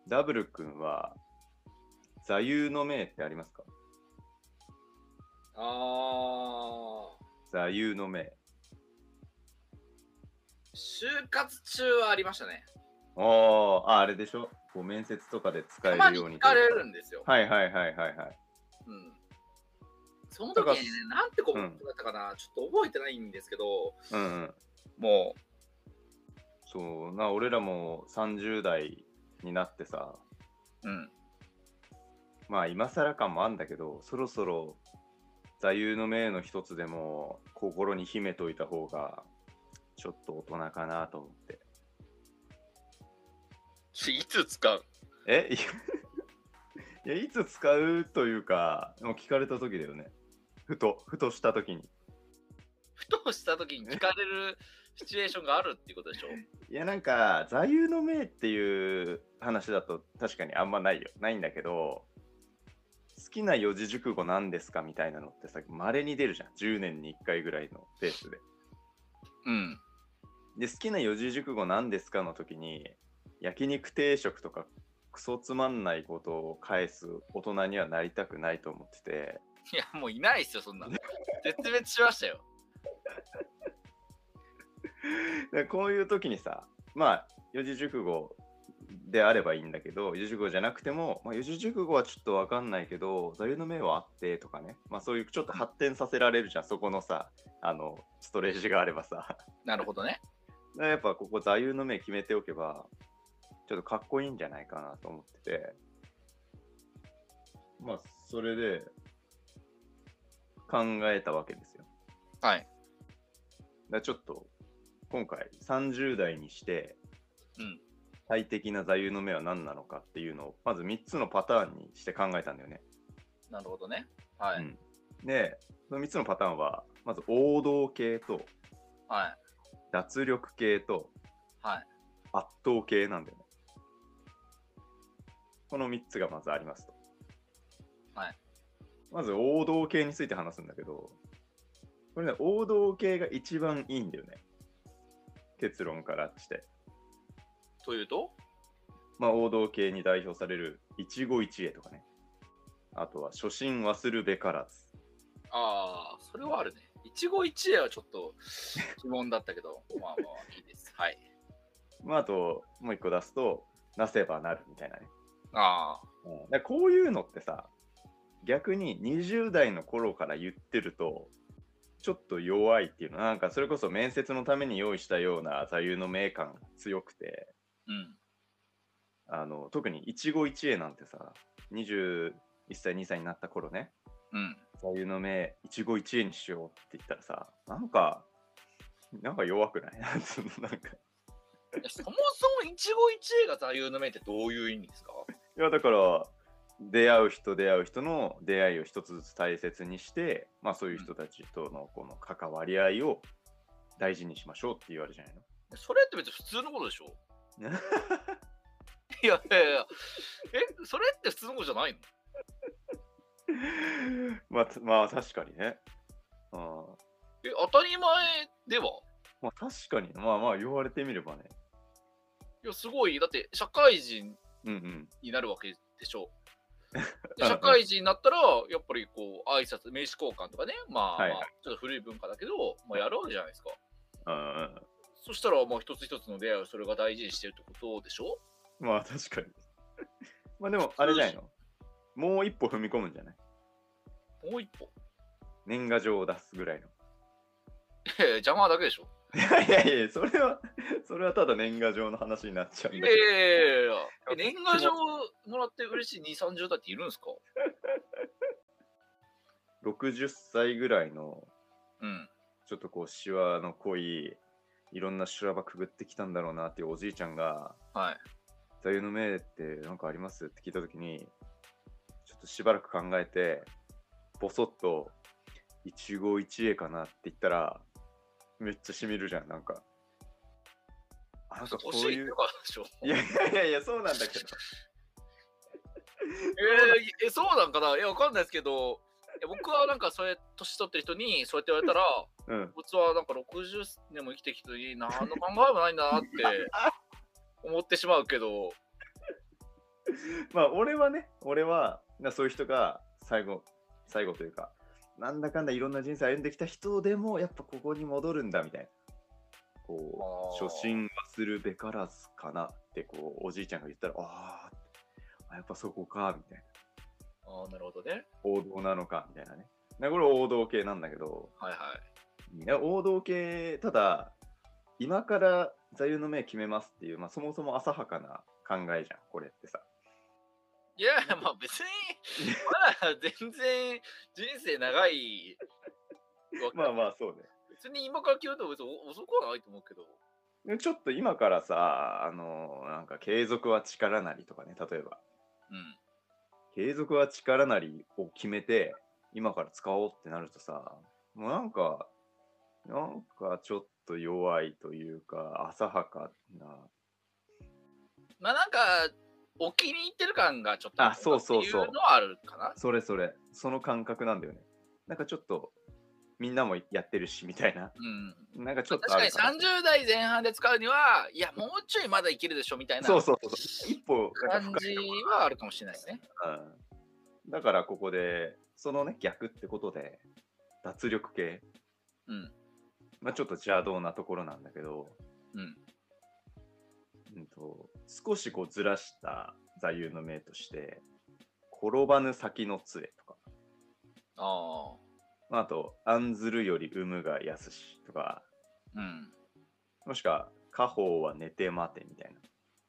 ダブル君は座右の銘ってありますか？座右の銘。 就活中はありましたね。 あれでしょ、こう面接とかで使えたまるようにに聞かれるんですよ。 はいはいはいはいはい。 その時にね、なんてことだったかな、ちょっと覚えてないんですけど、もう。 そうな、俺らも30代になってさ、まあ今更感もあんだけど、そろそろ座右の銘の一つでも心に秘めといた方がちょっと大人かなと思って。 いつ使う？ いや、いつ使うというか、もう聞かれた時だよね。ふとした時に。 ふとした時に聞かれるシチュエーションがあるっていうことでしょ？ いや、なんか座右の銘っていう話だと確かにあんまないんだけど、好きな四字熟語なんですかみたいなのってさ、稀に出るじゃん。10年に1回ぐらいのペースで。で、好きな四字熟語なんですかの時に、焼肉定食とかクソつまんないことを返す大人にはなりたくないと思ってて。 いや、もういないですよ、そんな。絶滅しましたよ。 こういう時にさ、まあ四字熟語であればいいんだけど、四字熟語じゃなくても、四字熟語はちょっとわかんないけど座右の銘はあってとかね、そういうちょっと発展させられるじゃん、そこのさ、ストレージがあればさ。 なるほどね。 やっぱここ座右の銘決めておけばちょっとかっこいいんじゃないかなと思ってて、それで考えたわけですよ。 はい。 ちょっと今回30代にして最適な座右の銘は何なのかっていうのをまず3つのパターンにして考えたんだよね。 なるほどね。はい。 で、その3つのパターンはまず王道系と、脱力系と、圧倒系なんだよね。この3つがまずありますと。まず王道系について話すんだけど、これね、王道系が一番いいんだよね。結論からして。 というと？ 王道系に代表される一期一会とかね。あとは初心忘るべからず。 それはあるね。一期一会はちょっと疑問だったけど、まあいいです。はい。 あともう一個出すと、なせばなるみたいなね。だこういうのってさ、逆に20代の頃から言ってるとちょっと弱いっていうの、なんかそれこそ面接のために用意したような座右の銘感が強くて、特に一期一会なんてさ、21歳2歳になった頃ね、座右の銘一期一会にしようって言ったらさ、なんか弱くない？なんかそもそも一期一会が座右の銘ってどういう意味ですか？ いや、だから出会う人の出会いを一つずつ大切にして、そういう人たちとのこの関わり合いを大事にしましょうって言われるじゃないの。 それって別に普通のことでしょ？いや、それって普通のことじゃないの？確かにね。 当たり前では？ 確かに、言われてみればね。 いや、すごい、だって社会人になるわけでしょ。社会人になったら、やっぱりこう、挨拶、名刺交換とかね、ちょっと古い文化だけど、やるわけじゃないですか。そしたら、一つ一つの出会いをそれが大事にしてるってことでしょ？ 確かに。でも、あれじゃないの？もう一歩踏み込むんじゃない？ もう一歩？ 年賀状を出すぐらいの。 邪魔だけでしょ？ いや、それはただ年賀状の話になっちゃうんだけど。年賀状もらって嬉しい2、30代っているんですか ？60歳ぐらいの、ちょっとこう、シワの濃い、いろんな修羅場くぐってきたんだろうなっていうおじいちゃんが、座右の銘って何かありますって聞いたときに、ちょっとしばらく考えて、ボソッと、一期一会かなって言ったら、めっちゃしみるじゃん、なんか。 こういう。 いや、そうなんだけど。 そうなんかな？わかんないですけど、僕はなんかそうやって年取ってる人にそうやって言われたら、僕はなんか60年も生きてきたのに何の考えもないんだなって思ってしまうけど、 まあ俺はそういう人が最後というか、なんだかんだいろんな人生歩んできた人でもやっぱここに戻るんだみたいな。こう初心はするべからずかなってこうおじいちゃんが言ったら、やっぱそこかみたいな。なるほどね。 王道なのかみたいなね。これ王道系なんだけど、王道系、ただ今から座右の銘決めますっていう、そもそも浅はかな考えじゃん、これってさ。 いや、別に、まだ全然人生長い。 そうね。 別に今から決めたら別に遅くはないと思うけど。 ちょっと今からさ、なんか継続は力なりとかね、例えば。継続は力なりを決めて、今から使おうってなるとさ、もうなんかちょっと弱いというか、浅はかな。 なんか、お気に入ってる感がちょっとあるっていうのはあるかな。 その感覚なんだよね。なんかちょっと、みんなもやってるしみたいな。なんかちょっと確かに30代前半で使うには、いや、もうちょいまだいけるでしょみたいな。 一歩感じはあるかもしれないですね。 だからここで、そのね、逆ってことで、脱力系。ちょっと邪道なところなんだけど、少しこうずらした座右の銘として、転ばぬ先の杖とか。あと、案ずるより産むが安しとか、もしくは、家宝は寝て待てみたいな。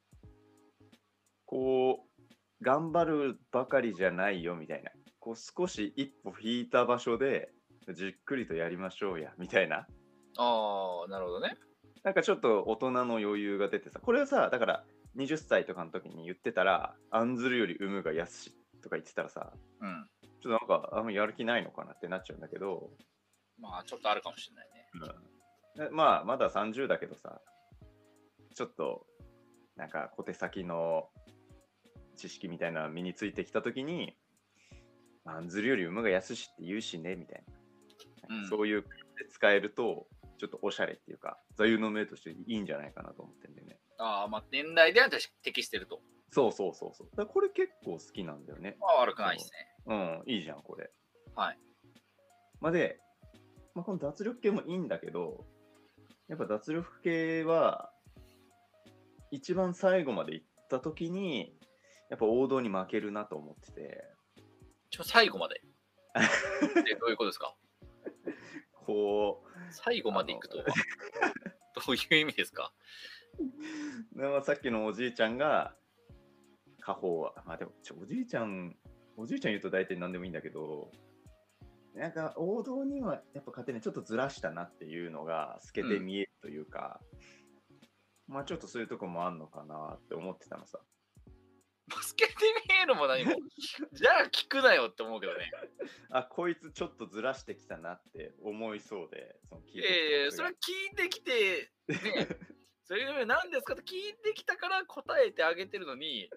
こう、頑張るばかりじゃないよみたいな。こう、少し一歩引いた場所で、じっくりとやりましょうや、みたいな。 なるほどね。 なんかちょっと大人の余裕が出てさ、これはさ、だから20歳とかの時に言ってたら、案ずるより産むが安しとか言ってたらさ、ちょっとなんかあんまやる気ないのかなってなっちゃうんだけど、 ちょっとあるかもしれないね。まだ30だけどさ、ちょっとなんか小手先の知識みたいなの身についてきた時に、案ずるより産むが安しって言うしねみたいな、そういう使えるとちょっとおしゃれっていうか座右の銘としていいんじゃないかなと思ってんだよね。 年代では適してると。 そうだこれ結構好きなんだよね。 悪くないですね。いいじゃんこれ。 で、 この脱力系もいいんだけど、やっぱ脱力系は一番最後まで行った時にやっぱ王道に負けるなと思ってて。 最後までってどういうことですか？ こう最後まで行くとはどういう意味ですか？ さっきのおじいちゃんが家宝はでもおじいちゃん言うと大体何でもいいんだけど、なんか王道にはやっぱ勝手にちょっとずらしたなっていうのが透けて見えるというか、ちょっとそういうとこもあんのかなって思ってたのさ。 透けて見えるも何もじゃあ聞くなよって思うけどね。 こいつちょっとずらしてきたなって思いそうで、 それは聞いてきてねそれ何ですかと聞いてきたから答えてあげてるのに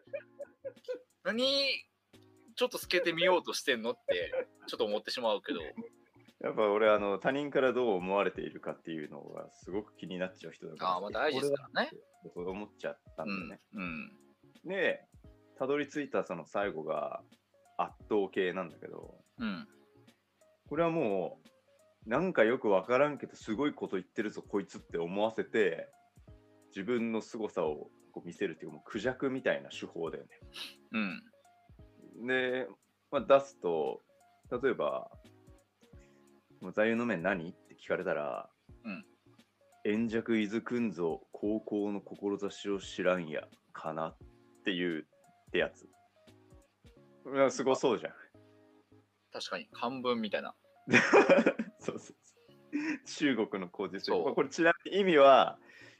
ちょっと透けてみようとしてんのってちょっと思ってしまうけど、 やっぱ俺他人からどう思われているかっていうのがすごく気になっちゃう人だから、 大事ですからね。 そう思っちゃったんだよね。でたどり着いたその最後が圧倒系なんだけど、これはもうなんかよく分からんけどすごいこと言ってるぞこいつって思わせて自分の凄さをこう見せるっていうもうクジャクみたいな手法だよね。で、出すと例えば座右の銘何って聞かれたら、円弱伊豆くんぞ高校の志を知らんやかなっていうってやつ。すごそうじゃん。 確かに漢文みたいな。 そう中国の口実。これちなみに意味は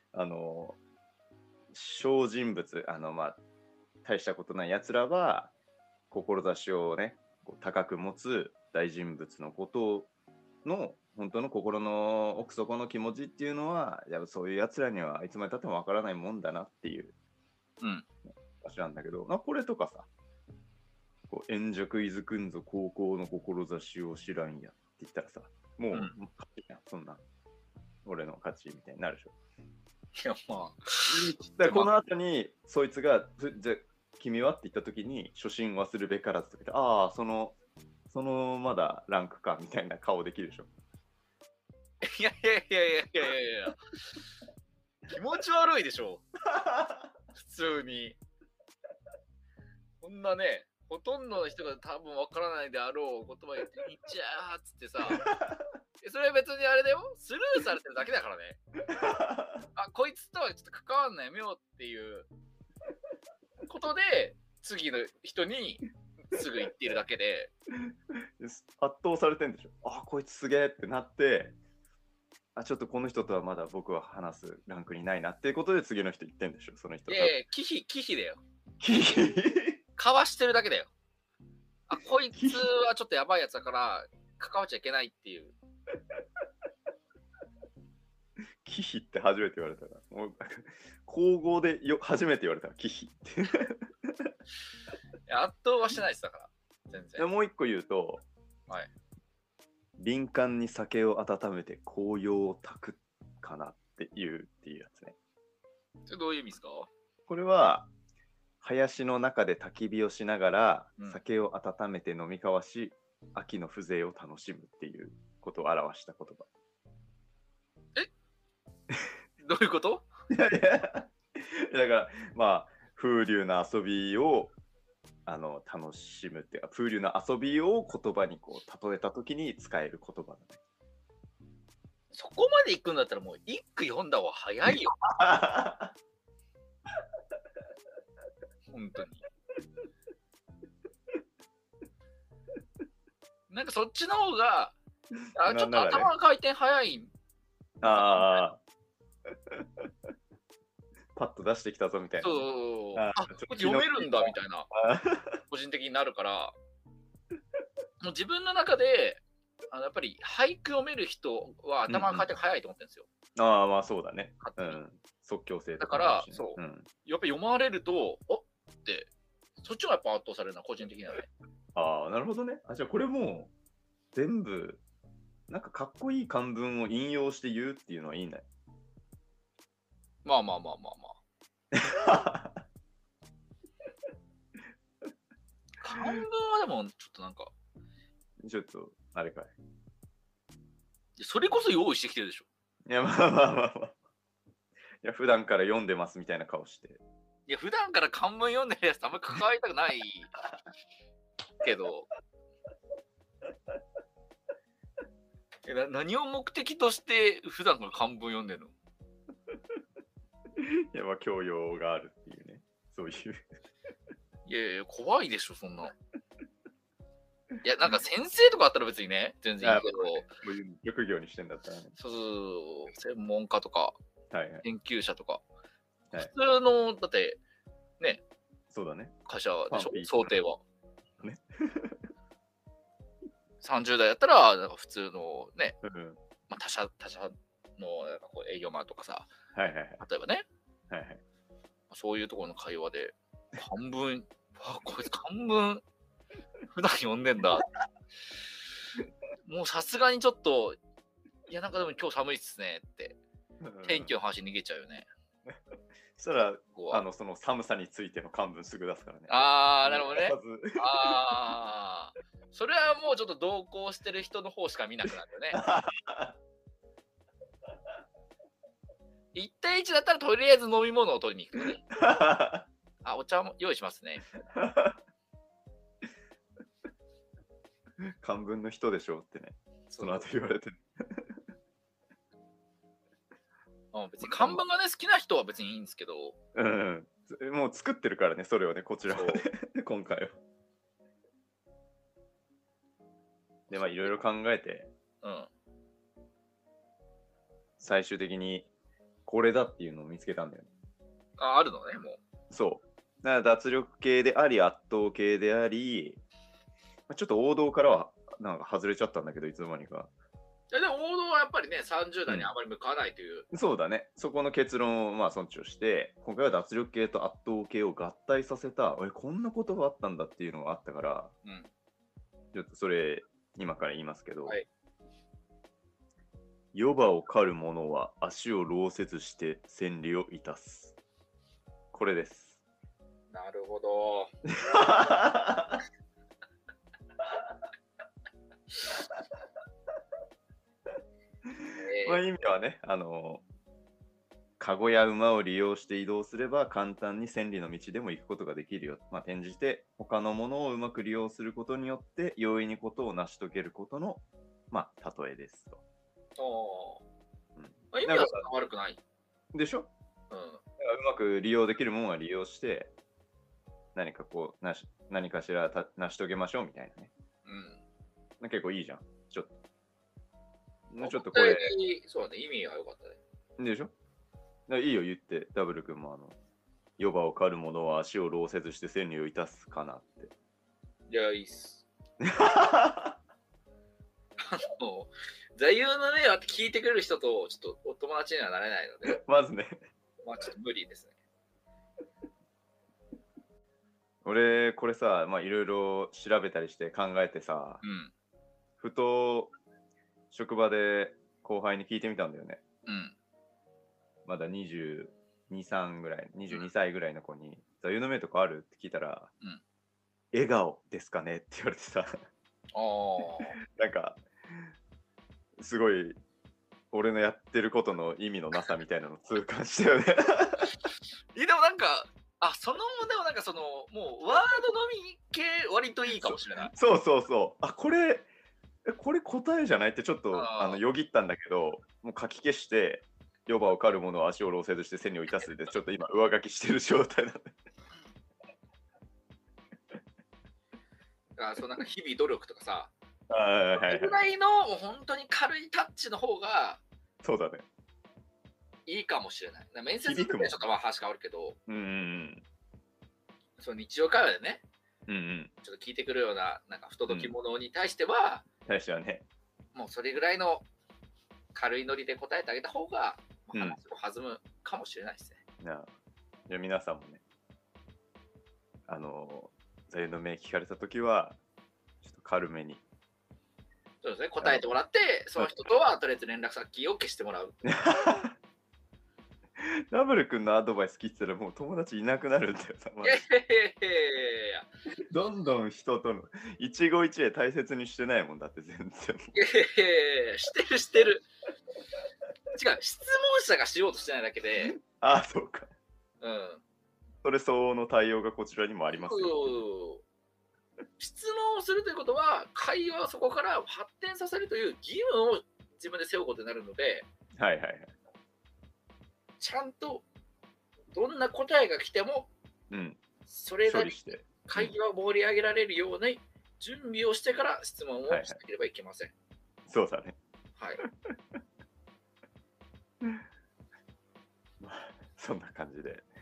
小人物大したことないやつらは志をねこう高く持つ大人物のことの本当の心の奥底の気持ちっていうのはやっぱそういうやつらにはいつまでたってもわからないもんだなっていう場所なんだけど、これとかさこう円弱伊豆くんぞ高校の志を知らんやって言ったらさもう勝ちやん、そんな俺の勝ちみたいになるでしょ。 いやだからこの後にそいつがじゃ君はって言った時に初心忘るべからずとかああそのまだランクかみたいな顔できるでしょ。 いやいやいやいやいやいや気持ち悪いでしょ普通に。こんなね、ほとんどの人が多分わからないであろう言葉言って「いっちゃー」っつってさそれは別にあれだよ、スルーされてるだけだからね。あ、こいつとはちょっと関わんないやめようっていうことで次の人にすぐ言っているだけで圧倒されてんでしょ。あ、こいつすげえってなって、あ、ちょっとこの人とはまだ僕は話すランクにないなっていうことで次の人言ってんでしょ、その人。 忌避だよ。 忌避かわしてるだけだよ。あ、こいつはちょっとやばいやつだから関わっちゃいけないっていう。 忌避って初めて言われたら、もう口語で初めて言われたら忌避って圧倒はしてないですだから全然。 もう一個言うと、 はい、 敏感に酒を温めて紅葉を焚くかなっていうやつね。 それどういう意味ですか？ これは林の中で焚き火をしながら、酒を温めて飲み交わし秋の風情を楽しむっていうことを表した言葉。 どういうこと？ だからまあ風流な遊びを楽しむっていうか、風流な遊びを言葉にこう例えたときに使える言葉だね。 そこまで行くんだったらもう一句読んだ方が早いよ。本当に。なんかそっちの方がちょっと頭の回転早い。 ああ。パッと出してきたぞみたいな。 そう。あ、これ読めるんだみたいな。個人的になるから、もう自分の中でやっぱり俳句読める人は頭の回転早いと思ってるんですよ。 ああ、まあそうだね。即興性だから、そう。やっぱ読まれると、おって、そっちがやっぱ圧倒されるな、個人的にはね。 ああ、なるほどね。じゃあこれも全部、なんかかっこいい漢文を引用して言うっていうのはいいんだよ。 まあ。漢文はでも、ちょっとなんか。 ちょっと、あれかい。 それこそ用意してきてるでしょ。 いや、まあ。いや、普段から読んでますみたいな顔して。 いや、普段から漢文読んでるやつあんまり関わりたくないけど。何を目的として普段から漢文読んでるの？ いや、まあ、教養があるっていうね。そういう。 いや、怖いでしょ、そんな。いや、なんか先生とかあったら別にね、全然いいけど。 そういう職業にしてんだったらね。 そう、専門家とか、研究者とか。普通の、だって、ね。 そうだね。 会社でしょ、想定は。ね。30代だったら、なんか普通のね、まあ、他社のなんかこう営業マンとかさ、例えばね、そういうところの会話で、漢文、こいつ漢文、普段読んでんだ。もうさすがにちょっと、いや、なんかでも今日寒いっすねって、天気の話逃げちゃうよね。 そしたら、その寒さについての漢文すぐ出すからね。 あー、なるほどね。あー。それはもうちょっと同行してる人の方しか見なくなるよね。1対1だったらとりあえず飲み物を取りに行くね。あ、お茶も用意しますね。 漢文の人でしょってね。その後言われて。 別に漢文がね、好きな人は別にいいんですけど。 もう作ってるからね、それをね、こちらはね、今回は。で、まあいろいろ考えて、最終的にこれだっていうのを見つけたんだよね。 あるのね、もう。 そう。だから脱力系であり、圧倒系であり、ちょっと王道からはなんか外れちゃったんだけど、いつの間にか。 でも王道はやっぱりね、30代にあまり向かないという。 そうだね。そこの結論をまあ尊重して、今回は脱力系と圧倒系を合体させた、こんな言葉あったんだっていうのがあったから、ちょっとそれ、今から言いますけど、夜場を狩る者は足を労せずして千里をいたす。これです。 なるほど。 まあ意味はね、カゴや馬を利用して移動すれば簡単に千里の道でも行くことができるよ。まあ、転じて他のものをうまく利用することによって容易にことを成し遂げることの、まあ、例えですと。 意味は悪くない。 でしょ？だからうまく利用できるものは利用して何かこう何かしら成し遂げましょうみたいなね。結構いいじゃん。ちょっとこれ。 そうね、意味は良かったね。 でしょ？いいよ言って、ダブル君もヨバを狩る者は足を労せずして千里をいたすかなって。 いや、いいっす。座右の銘は聞いてくれる人とちょっとお友達にはなれないので。 まずね。 まあちょっと無理ですね。 俺、これさ、まあいろいろ調べたりして考えてさ、ふと職場で後輩に聞いてみたんだよね。まだ22、3ぐらい、22歳ぐらいの子に、座右の銘とかあるって聞いたら、笑顔ですかねって言われてさ、なんか、すごい、俺のやってることの意味のなさみたいなの痛感したよね。 でもなんか、でもなんかもうワードのみ系割といいかもしれない。 そう。これ答えじゃないってちょっとよぎったんだけど、もう書き消して、ヨバを狩る者は足を労せずして千里をいたすで、ちょっと今上書きしてる状態なんで。 なんか日々努力とかさ、 それぐらいの本当に軽いタッチの方が、 そうだね。 いいかもしれない。面接の時はちょっと話変わるけど、その日常会話でね、ちょっと聞いてくるような、なんか不届き者に対しては、 ね、 もうそれぐらいの軽いノリで答えてあげた方が、話も弾むかもしれないですね。 じゃあ皆さんもね、座右の銘聞かれたときは、ちょっと軽めに。 そうですね、答えてもらって、その人とはとりあえず連絡先を消してもらう。 ダブル君のアドバイス聞いてたらもう友達いなくなるんだよさ。どんどん人との一期一会大切にしてないもんだって全然。 してる。違う、質問者がしようとしてないだけで。 そうか。それ相応の対応がこちらにもありますよ。 質問をするということは、会話をそこから発展させるという義務を自分で背負うことになるので、ちゃんとどんな答えが来ても、それなりに会話を盛り上げられるように準備をしてから質問をしなければいけません。 そうだね。そんな感じで。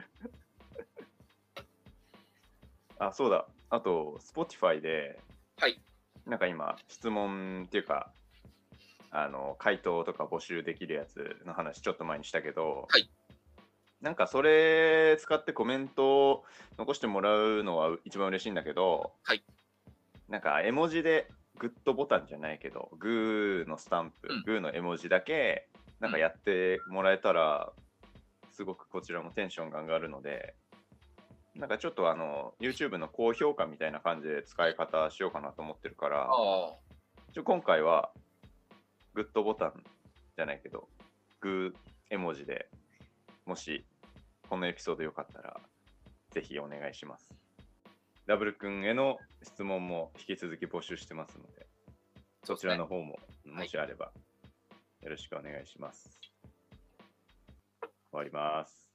そうだ。あと、Spotify で、なんか今、質問っていうか、回答とか募集できるやつの話ちょっと前にしたけど、なんかそれ使ってコメントを残してもらうのは一番嬉しいんだけど、なんか絵文字でグッドボタンじゃないけど、グーのスタンプ、グーの絵文字だけなんかやってもらえたら、すごくこちらもテンションが上がるので、なんかちょっとYouTube の高評価みたいな感じで使い方しようかなと思ってるから、今回はグッドボタンじゃないけど、グー絵文字でもしこのエピソードよかったらぜひお願いします。ダブル君への質問も引き続き募集してますので、そちらの方ももしあればよろしくお願いします。終わります。